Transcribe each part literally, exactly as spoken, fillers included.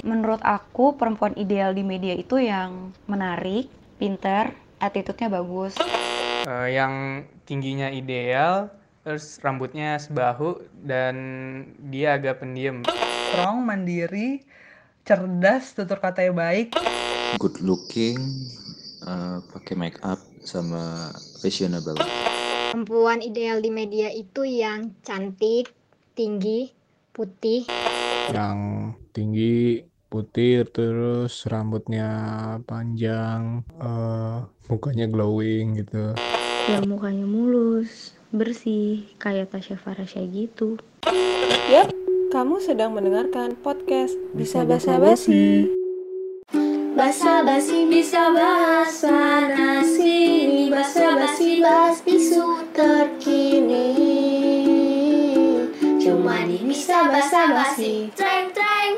Menurut aku, perempuan ideal di media itu yang menarik, pinter, attitude-nya bagus. Uh, yang tingginya ideal, terus rambutnya sebahu, dan dia agak pendiam. Strong, mandiri, cerdas, tutur katanya baik. Good looking, uh, pakai make up, sama fashionable. Perempuan ideal di media itu yang cantik, tinggi, putih. Yang tinggi, putih, terus rambutnya panjang, uh, mukanya glowing gitu. Yang mukanya mulus, bersih, kayak Tasya Farasya gitu. Yap, kamu sedang mendengarkan podcast Bisa Basa-Basi. Basa-basi bisa bahasa nasi, basa-basi bahas isu terkini. Cuma di Bisa Basa-Basi. Treng treng.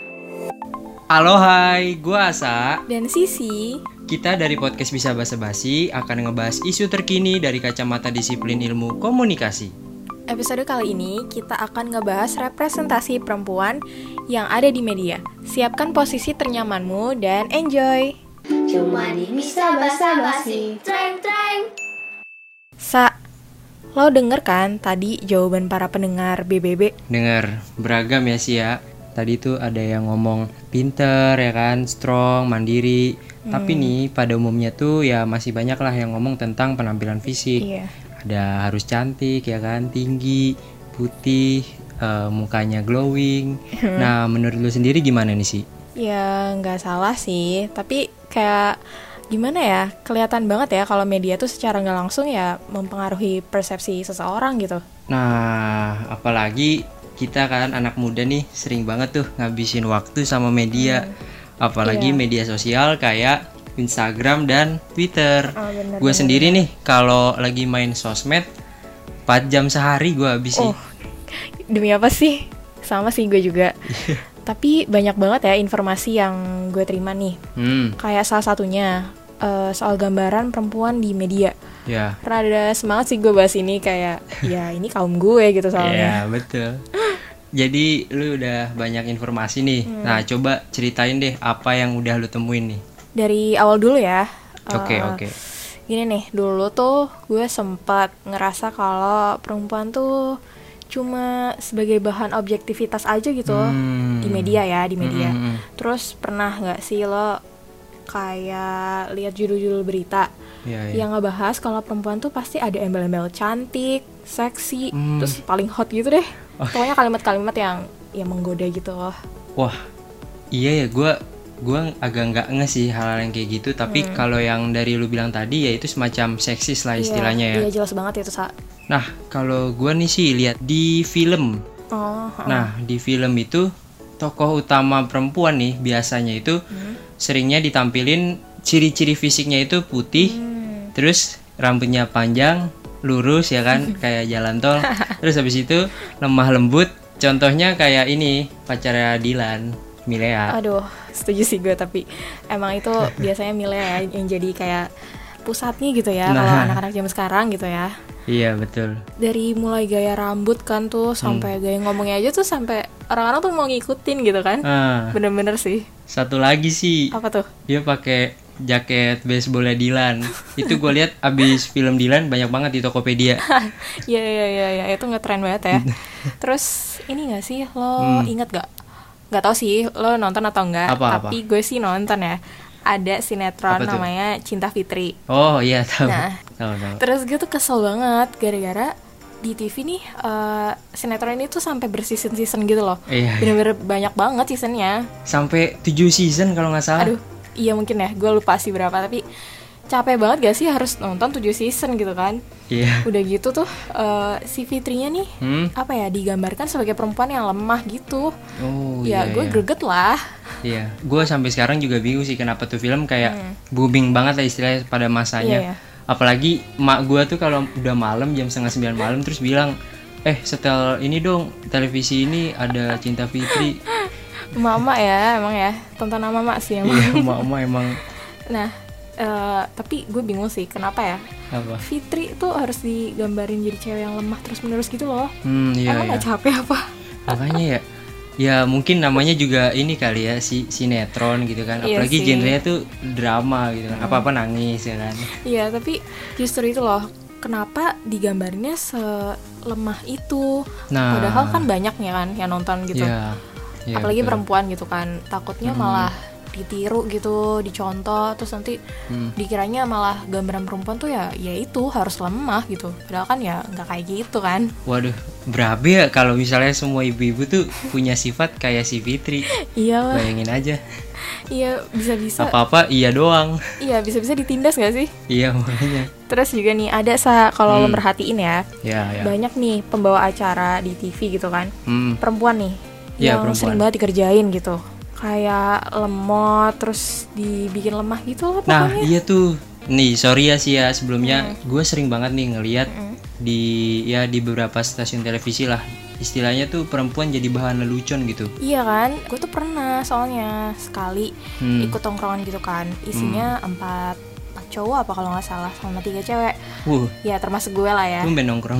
Halo hai, gue Asa dan Sisi. Kita dari podcast Bisa Basa-Basi akan ngebahas isu terkini dari kacamata disiplin ilmu komunikasi. Episode kali ini kita akan ngebahas representasi perempuan yang ada di media. Siapkan posisi ternyamanmu dan enjoy. Cuma di Bisa Basa-Basi. Treng treng. Sa, lo denger kan tadi jawaban para pendengar B B B? Dengar, beragam ya sih ya. Tadi tuh ada yang ngomong pinter ya kan, strong, mandiri. Hmm. Tapi nih pada umumnya tuh ya masih banyak lah yang ngomong tentang penampilan fisik. Iya. Ada harus cantik ya kan, tinggi, putih, uh, mukanya glowing. Hmm. Nah menurut lu sendiri gimana nih sih? Ya nggak salah sih, tapi kayak gimana ya, kelihatan banget ya kalau media tuh secara nggak langsung ya mempengaruhi persepsi seseorang gitu. Nah apalagi kita kan anak muda nih sering banget tuh ngabisin waktu sama media. Hmm. Apalagi yeah. media sosial kayak Instagram dan Twitter. Oh, gue sendiri nih kalau lagi main sosmed empat jam sehari gue habisin. Oh, demi apa sih? Sama sih gue juga. Tapi banyak banget ya informasi yang gue terima nih. Hmm. Kayak salah satunya uh, soal gambaran perempuan di media. Ya. Rada semangat sih gue bahas ini, kayak ya ini kaum gue gitu soalnya. Iya betul. Jadi lu udah banyak informasi nih. Hmm. Nah coba ceritain deh apa yang udah lu temuin nih. Dari awal dulu ya. Oke okay, uh, oke. Okay. Gini nih, dulu tuh gue sempat ngerasa kalau perempuan tuh cuma sebagai bahan objektivitas aja gitu hmm. di media ya, di media. Hmm. Terus pernah nggak sih lo kayak lihat judul-judul berita yeah, yeah. yang ngebahas kalau perempuan tuh pasti ada embel-embel cantik, seksi, hmm. terus paling hot gitu deh. Oh. Pokoknya kalimat-kalimat yang yang menggoda gitu loh. Wah, iya ya gue. Gue agak nggak nge sih hal-hal yang kayak gitu. Tapi hmm. kalau yang dari lu bilang tadi ya itu semacam seksis lah istilahnya. Iya, ya. Iya jelas banget itu Sa. Nah kalau gue nih sih lihat di film. Oh, nah di film itu tokoh utama perempuan nih biasanya itu hmm. seringnya ditampilin ciri-ciri fisiknya itu putih, hmm. terus rambutnya panjang, lurus ya kan kayak jalan tol. Terus habis itu lemah lembut. Contohnya kayak ini pacarnya Dilan, Milea. Aduh, setuju sih gue, tapi emang itu biasanya Milea yang jadi kayak pusatnya gitu ya, nah. kalau anak-anak zaman sekarang gitu ya. Iya betul. Dari mulai gaya rambut kan tuh sampai hmm. gaya ngomongnya aja tuh sampai orang-orang tuh mau ngikutin gitu kan. Ah. Bener-bener sih. Satu lagi sih. Apa tuh? Dia pakai jaket baseballnya Dilan. Itu gue lihat abis film Dilan banyak banget di Tokopedia. Iya iya iya ya, itu ngetren banget ya. Terus ini nggak sih lo hmm. ingat gak? Gak tau sih lo nonton atau enggak, apa, tapi apa? gue sih nonton ya. Ada sinetron namanya Cinta Fitri. Oh iya tahu. Nah, tahu, tahu. Terus gue tuh kesel banget gara-gara di T V nih uh, sinetron ini tuh sampai berseason-season gitu loh. Iya, bener-bener iya. banyak banget seasonnya. Sampai tujuh season kalau nggak salah. Aduh, iya mungkin ya, gue lupa sih berapa, tapi capek banget gak sih harus nonton tujuh season gitu kan. Iya. Udah gitu tuh uh, si Fitrinya nih hmm? apa ya, digambarkan sebagai perempuan yang lemah gitu. Oh ya, iya. gue iya. greget lah. Iya, gue sampai sekarang juga bingung sih kenapa tuh film kayak hmm. booming banget lah istilahnya pada masanya. Iya, iya. Apalagi mak gue tuh kalau udah malam jam setengah sembilan malam terus bilang, eh setel ini dong televisi ini ada Cinta Fitri. Mama ya emang ya, tontonan mama sih emang. Iya, mama emang. Nah, uh, tapi gue bingung sih kenapa ya. Apa? Fitri tuh harus digambarin jadi cewek yang lemah terus menerus gitu loh. Hmm, iya, emang iya. gak capek apa? Makanya ya. Ya mungkin namanya juga ini kali ya, si sinetron gitu kan. Iya Apalagi sih. genrenya tuh drama gitu kan. Apa-apa nangis ya kan. Iya, tapi justru itu loh, kenapa digambarnya selemah itu? Nah. Padahal kan banyaknya kan yang nonton gitu. Iya. Iya, Apalagi betul. perempuan gitu kan, takutnya Hmm. malah ditiru gitu, dicontoh, terus nanti Hmm. dikiranya malah gambaran perempuan tuh ya ya itu harus lemah gitu. Padahal kan ya nggak kayak gitu kan. Waduh, berabe ya kalau misalnya semua ibu-ibu tuh punya sifat kayak si Fitri. Iya lah. Bayangin aja. Iya, bisa-bisa. Apa-apa iya doang. Iya, bisa-bisa ditindas nggak sih? Iya makanya. Terus juga nih ada sa kalau lo Hmm. merhatiin ya, Ya, ya. banyak nih pembawa acara di T V gitu kan, Hmm. perempuan nih Iya, yang perempuan. sering banget dikerjain gitu, kayak lemot terus dibikin lemah gitu lah Nah pokoknya. iya tuh. Nih sorry ya sih ya sebelumnya gue sering banget nih ngeliat di ya di beberapa stasiun televisi lah, istilahnya tuh perempuan jadi bahan lelucon gitu. Iya kan, gue tuh pernah soalnya sekali Hmm. ikut tongkrongan gitu kan, isinya empat empat cowok apa kalau nggak salah sama tiga cewek. Wuh, Ya termasuk gue lah ya. tumben nongkrong.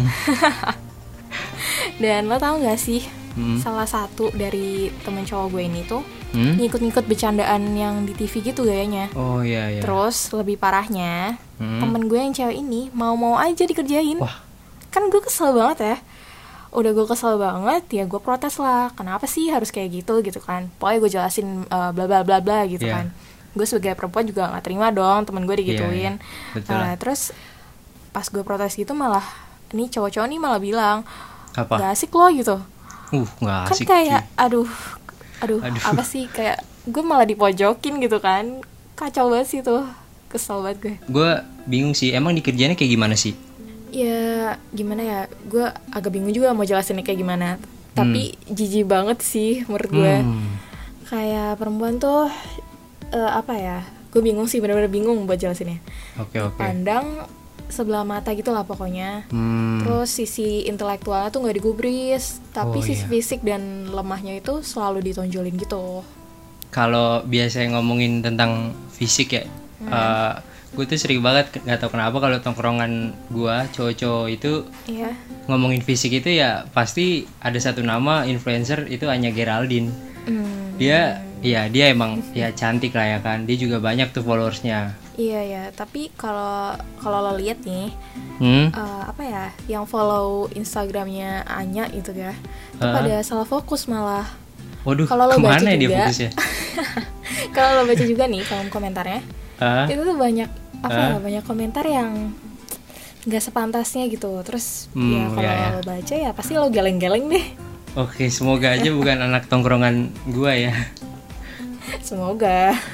Dan lo tau gak sih, Hmm. salah satu dari temen cowok gue ini tuh Hmm? ngikut-ngikut bercandaan yang di T V gitu gayanya. Oh iya iya. Terus lebih parahnya, Hmm. temen gue yang cewek ini mau-mau aja dikerjain. Wah. Kan gue kesel banget ya. Udah gue kesel banget, ya gue protes lah. Kenapa sih harus kayak gitu gitu kan? Pokoknya gue jelasin uh, bla bla bla bla gitu Iya. kan. Gue sebagai perempuan juga nggak terima dong temen gue digituin. Iya, iya. Betul. Nah, terus pas gue protes gitu malah, nih cowok-cowok nih malah bilang, Apa? gak asik loh gitu. Uh nggak Kan asik. kayak cuy. aduh aduh, Aduh. apa sih, kayak gue malah dipojokin gitu kan. Kacau banget sih tuh, kesel banget gue. Gue bingung sih. Emang dikerjainnya kayak gimana sih? Ya gimana ya, gue agak bingung juga mau jelasinnya kayak gimana. Tapi jijik banget sih menurut gue. Hmm. Kayak perempuan tuh eh, apa ya, gue bingung sih, bener-bener bingung buat jelasinnya. Oke oke. Pandang sebelah mata gitu lah pokoknya. Hmm. Terus sisi intelektualnya tuh nggak digubris, tapi Oh, sisi iya. fisik dan lemahnya itu selalu ditonjolin gitu. Kalau biasanya ngomongin tentang fisik ya, Hmm. gue tuh sering banget nggak tahu kenapa kalau tongkrongan gue cowok-cowok itu Iya. ngomongin fisik itu ya pasti ada satu nama influencer itu Anya Geraldine. Hmm. Dia ya dia emang ya cantik lah ya kan. Dia juga banyak tuh followersnya. Iya ya, tapi kalau kalau lo lihat nih, Hmm? eh, apa ya, yang follow Instagramnya Anya gitu ya, itu Ah. pada salah fokus malah. Waduh, Kalau lo baca kemana ya dia juga, fokusnya? kalau lo baca juga nih kolom komentarnya, Ah? itu tuh banyak apa Ah. ya, banyak komentar yang nggak sepantasnya gitu. Terus Hmm, ya kalau ya, ya. lo baca ya pasti lo geleng-geleng deh. Oke, semoga aja bukan anak tongkrongan gue ya. Semoga.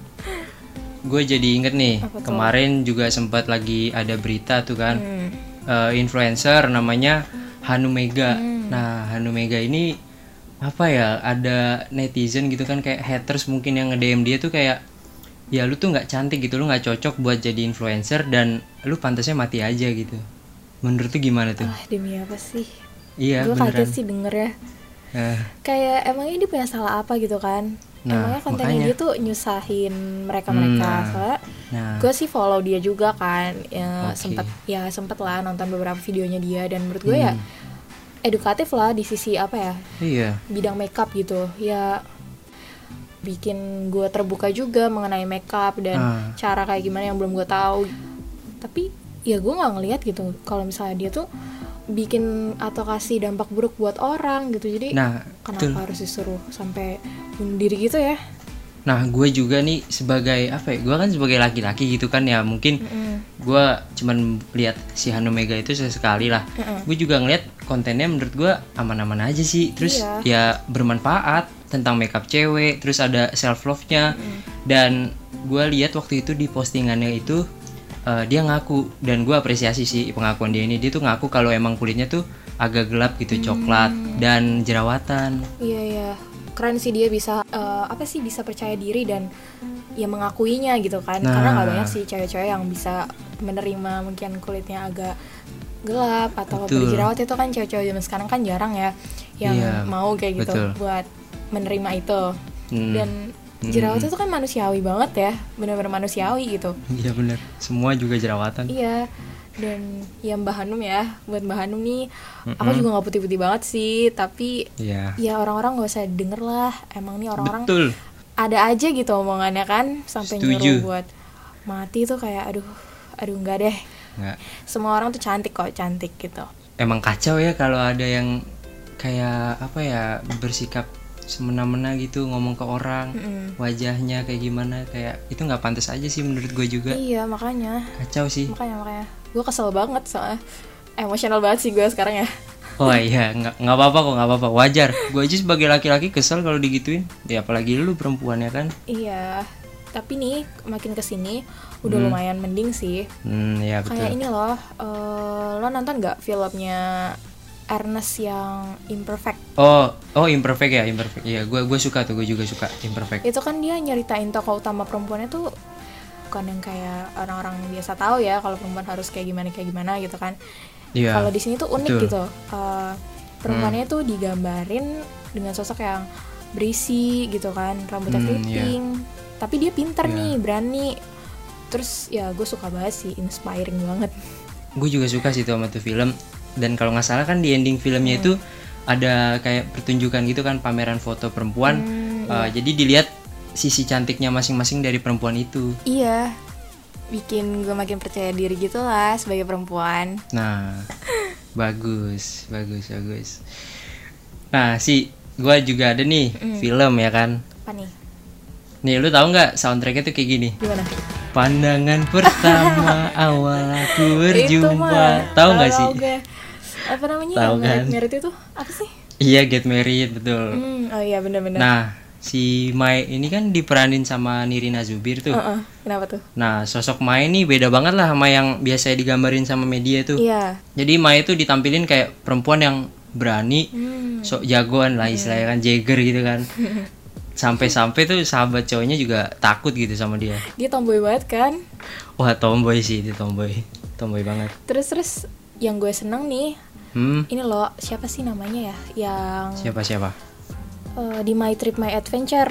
Gue jadi inget nih, Apa tuh? kemarin juga sempat lagi ada berita tuh kan, Hmm. eh, influencer namanya Hanu Mega. Hmm. Nah, Hanu Mega ini apa ya? Ada netizen gitu kan kayak haters mungkin yang nge-D M dia tuh kayak, ya lu tuh nggak cantik gitu, lu nggak cocok buat jadi influencer dan lu pantasnya mati aja gitu. Menurut tuh gimana tuh? Ah, demi apa sih? Iya Gue beneran. kaget sih denger ya. Eh, Kayak emangnya dia punya salah apa gitu kan? Nah, Emangnya kontennya makanya. dia tuh nyusahin mereka-mereka. Hmm, nah. Soalnya nah, gue sih follow dia juga kan, ya Oke. sempet ya sempet lah nonton beberapa videonya dia, dan menurut gue ya Hmm. edukatif lah di sisi apa ya, iya. bidang makeup gitu ya, bikin gue terbuka juga mengenai makeup dan Ah. cara kayak gimana yang belum gue tahu. Tapi ya gue nggak ngelihat gitu kalau misalnya dia tuh bikin atau kasih dampak buruk buat orang gitu. Jadi Nah, kenapa betul. harus disuruh sampai bunuh diri gitu ya? Nah, gue juga nih sebagai apa ya? Gue kan sebagai laki-laki gitu kan ya, mungkin Mm-mm. gue cuman lihat si Hanu Mega itu sesekali lah. Mm-mm. Gue juga ngeliat kontennya menurut gue aman-aman aja sih. Terus Iya. ya bermanfaat tentang makeup cewek. Terus ada self love-nya. Dan gue lihat waktu itu di postingannya itu eh, dia ngaku, dan gue apresiasi sih pengakuan dia ini. Dia tuh ngaku kalau emang kulitnya tuh agak gelap gitu, coklat dan jerawatan. Iya ya, keren sih dia bisa eh, apa sih bisa percaya diri dan ya mengakuinya gitu kan. Nah. Karena nggak banyak sih cewek-cewek yang bisa menerima mungkin kulitnya agak gelap atau Betul. berjerawat. Itu kan cewek-cewek zaman sekarang kan jarang ya yang Iya, mau kayak gitu betul. buat menerima itu. Hmm. Dan jerawat itu kan manusiawi banget ya, benar-benar manusiawi gitu. Iya bener, semua juga jerawatan. Iya, Dan ya Mbak Hanum ya, buat Mbak Hanum nih, Mm-mm. aku juga nggak putih-putih banget sih, tapi Iya. ya orang-orang nggak usah denger lah. Emang nih orang-orang Betul. ada aja gitu omongannya kan, sampai Setuju. nyuruh buat mati tuh kayak aduh, aduh enggak deh. Nggak. Semua orang tuh cantik kok, cantik gitu. Emang kacau ya kalau ada yang kayak apa ya, bersikap semena-mena gitu ngomong ke orang, Mm-mm. wajahnya kayak gimana, kayak itu nggak pantas aja sih menurut gue juga. Iya makanya, Kacau sih. makanya makanya, gue kesel banget soalnya, emosional banget sih gue sekarang ya. Oh iya, nggak nggak apa-apa kok, nggak apa-apa, wajar. Gue aja sebagai laki-laki kesel kalau digituin. Ya apalagi lu perempuan ya kan. Iya, tapi nih makin kesini udah Hmm. lumayan mending sih. Hmm, ya betul. Kayak ini loh, eh, lo nonton nggak filmnya Ernest yang Imperfect? Oh, oh imperfect ya, imperfect. Iya, gue gue suka tuh, gue juga suka imperfect. Itu kan dia nyeritain tokoh utama perempuannya tuh bukan yang kayak orang-orang biasa tahu ya, kalau perempuan harus kayak gimana kayak gimana gitu kan. Iya. Kalau di sini tuh unik betul. gitu. Eh, perempuannya tuh digambarin dengan sosok yang berisi gitu kan, rambutnya Hmm, keriting. Tapi dia pintar Iya. nih, berani. Terus ya gue suka banget sih, inspiring banget. Gue juga suka sih tuh sama tuh film. Dan kalau nggak salah kan di ending filmnya Hmm. itu ada kayak pertunjukan gitu kan, pameran foto perempuan. Hmm, Uh, jadi dilihat sisi cantiknya masing-masing dari perempuan itu. Iya, bikin gue makin percaya diri gitu lah sebagai perempuan. Nah, bagus, bagus, bagus. Nah, si gue juga ada nih Mm. film ya kan. Apa nih? Nih, lu tahu nggak soundtracknya tuh kayak gini? Gimana? Pandangan pertama awal aku Itu berjumpa. mah, Tahu nggak sih? gue. Apa namanya? Tahu yang kan? Merit itu apa sih? Iya, Get Married, betul. Hmm, oh iya benar-benar. Nah, si Mai ini kan diperanin sama Nirina Zubir tuh. Uh-uh, kenapa tuh? Nah, sosok Mai ini beda banget lah sama yang biasa digambarin sama media tuh. Iya. Jadi Mai itu ditampilin kayak perempuan yang berani, Hmm. sok jagoan lah istilahnya kan, Jagger gitu kan. Sampai-sampai tuh sahabat cowoknya juga takut gitu sama dia. Dia tomboy banget kan? Wah, tomboy sih, itu tomboy. Tomboy banget. Terus terus yang gue seneng nih, Hmm, ini loh, siapa sih namanya ya? Yang siapa-siapa? eh, di My Trip My Adventure.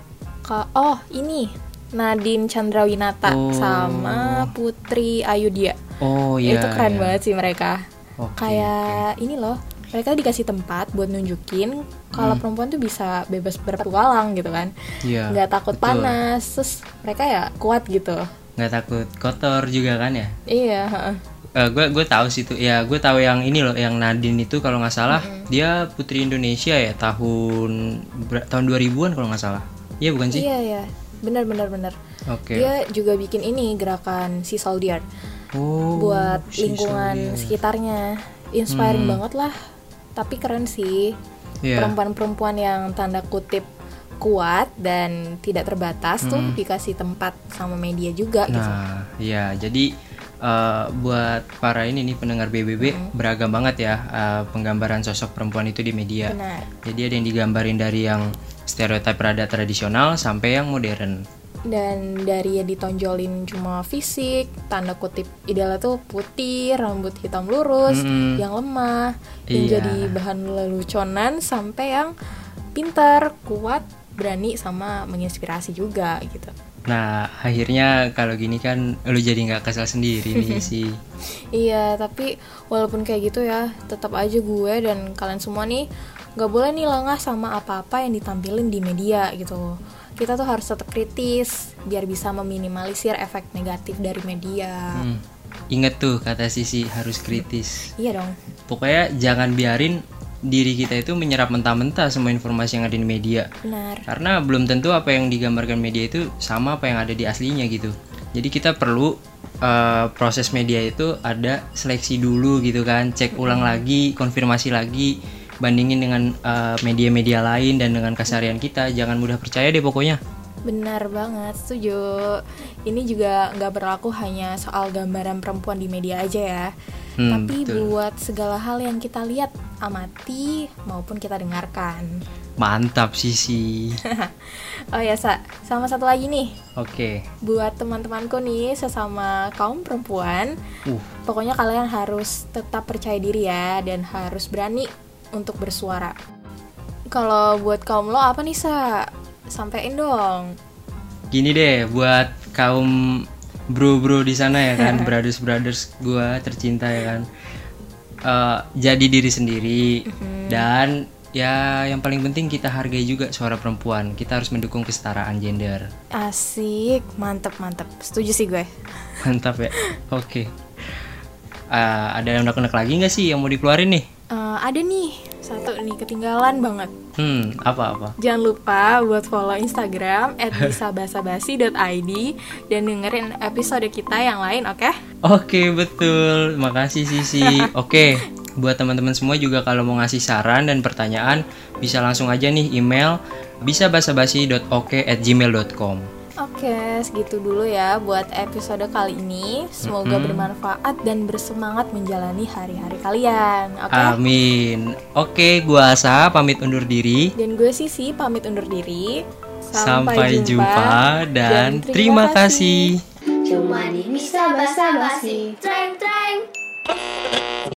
Ka- oh, ini Nadine Chandrawinata Oh. sama Putri Ayudhya. Oh iya. Itu keren iya. banget sih mereka. Oke, Kayak ini loh, mereka dikasih tempat buat nunjukin kalau Hmm. perempuan tuh bisa bebas berpetualang gitu kan. Iya. Nggak takut betul. panas, terus mereka ya kuat gitu. Nggak takut kotor juga kan ya? Iya, heeh. gue gue tahu sih tuh ya, gue tahu yang ini loh, yang Nadine itu kalau nggak salah dia putri Indonesia ya, tahun ber- tahun dua ribuan kalau nggak salah. Iya bukan sih? Iya, iya. Benar benar benar. Oke. Dia juga bikin ini gerakan Sea Soldier Oh, buat si lingkungan Soldier. sekitarnya. Inspiring Hmm. banget lah. Tapi keren sih. Iya. Perempuan-perempuan yang tanda kutip kuat dan tidak terbatas tuh Hmm. dikasih tempat sama media juga gitu. Nah, iya, jadi eh, buat para ini nih pendengar B B B beragam banget ya eh, penggambaran sosok perempuan itu di media. Benar. Jadi ada yang digambarin dari yang stereotip rada tradisional sampai yang modern. Dan dari yang ditonjolin cuma fisik, tanda kutip idealnya tuh putih, rambut hitam lurus, Mm-mm. yang lemah, yang Iya. jadi bahan leluconan, sampai yang pintar, kuat, berani, sama menginspirasi juga gitu. Nah, akhirnya kalau gini kan lu jadi nggak kesal sendiri nih sih. Iya, tapi walaupun kayak gitu ya, tetap aja gue dan kalian semua nih nggak boleh nih lengah sama apa-apa yang ditampilin di media gitu. Kita tuh harus tetap kritis biar bisa meminimalisir efek negatif dari media. Hmm. Ingat tuh kata Sisi, harus kritis. Iya dong. Pokoknya jangan biarin diri kita itu menyerap mentah-mentah semua informasi yang ada di media. Benar. Karena belum tentu apa yang digambarkan media itu sama apa yang ada di aslinya gitu. Jadi kita perlu uh, proses media itu ada seleksi dulu gitu kan, cek ulang lagi, konfirmasi lagi, bandingin dengan uh, media-media lain dan dengan keseharian kita. Jangan mudah percaya deh pokoknya. Benar banget, setuju. Ini juga nggak berlaku hanya soal gambaran perempuan di media aja ya. Hmm, Tapi betul. buat segala hal yang kita lihat, amati, maupun kita dengarkan. Mantap Sisi. Oh ya, Sa, sama satu lagi nih. Oke. Buat teman-temanku nih, sesama kaum perempuan, Uh, pokoknya kalian harus tetap percaya diri ya, dan harus berani untuk bersuara. Kalau buat kaum lo apa nih, Sa? Sampein dong. gini deh buat kaum bro-bro di sana ya kan, brothers-brothers gua tercinta ya kan. Uh, jadi diri sendiri Mhm. dan ya yang paling penting kita hargai juga suara perempuan. Kita harus mendukung kesetaraan gender. Asik, mantep mantep. Setuju sih gue. Mantap ya. Oke. Uh, ada yang unek-unek lagi nggak sih yang mau dikeluarin nih? Eh, ada nih satu nih ketinggalan banget. Hmm, apa-apa? Jangan lupa buat follow Instagram at bisa basa basi dot i d dan dengerin episode kita yang lain, oke? Oke, betul. Makasih Sisi. Oke, buat teman-teman semua juga kalau mau ngasih saran dan pertanyaan bisa langsung aja nih email bisa basa basi dot oke at gmail dot com. Oke, segitu dulu ya buat episode kali ini. Semoga Mm-mm. bermanfaat dan bersemangat menjalani hari-hari kalian, oke? Amin. Oke, gua Asa pamit undur diri. Dan gue Sisi pamit undur diri. Sampai, jumpa dan terima kasih. Cuma di Bisa Basa Basi. Treng treng.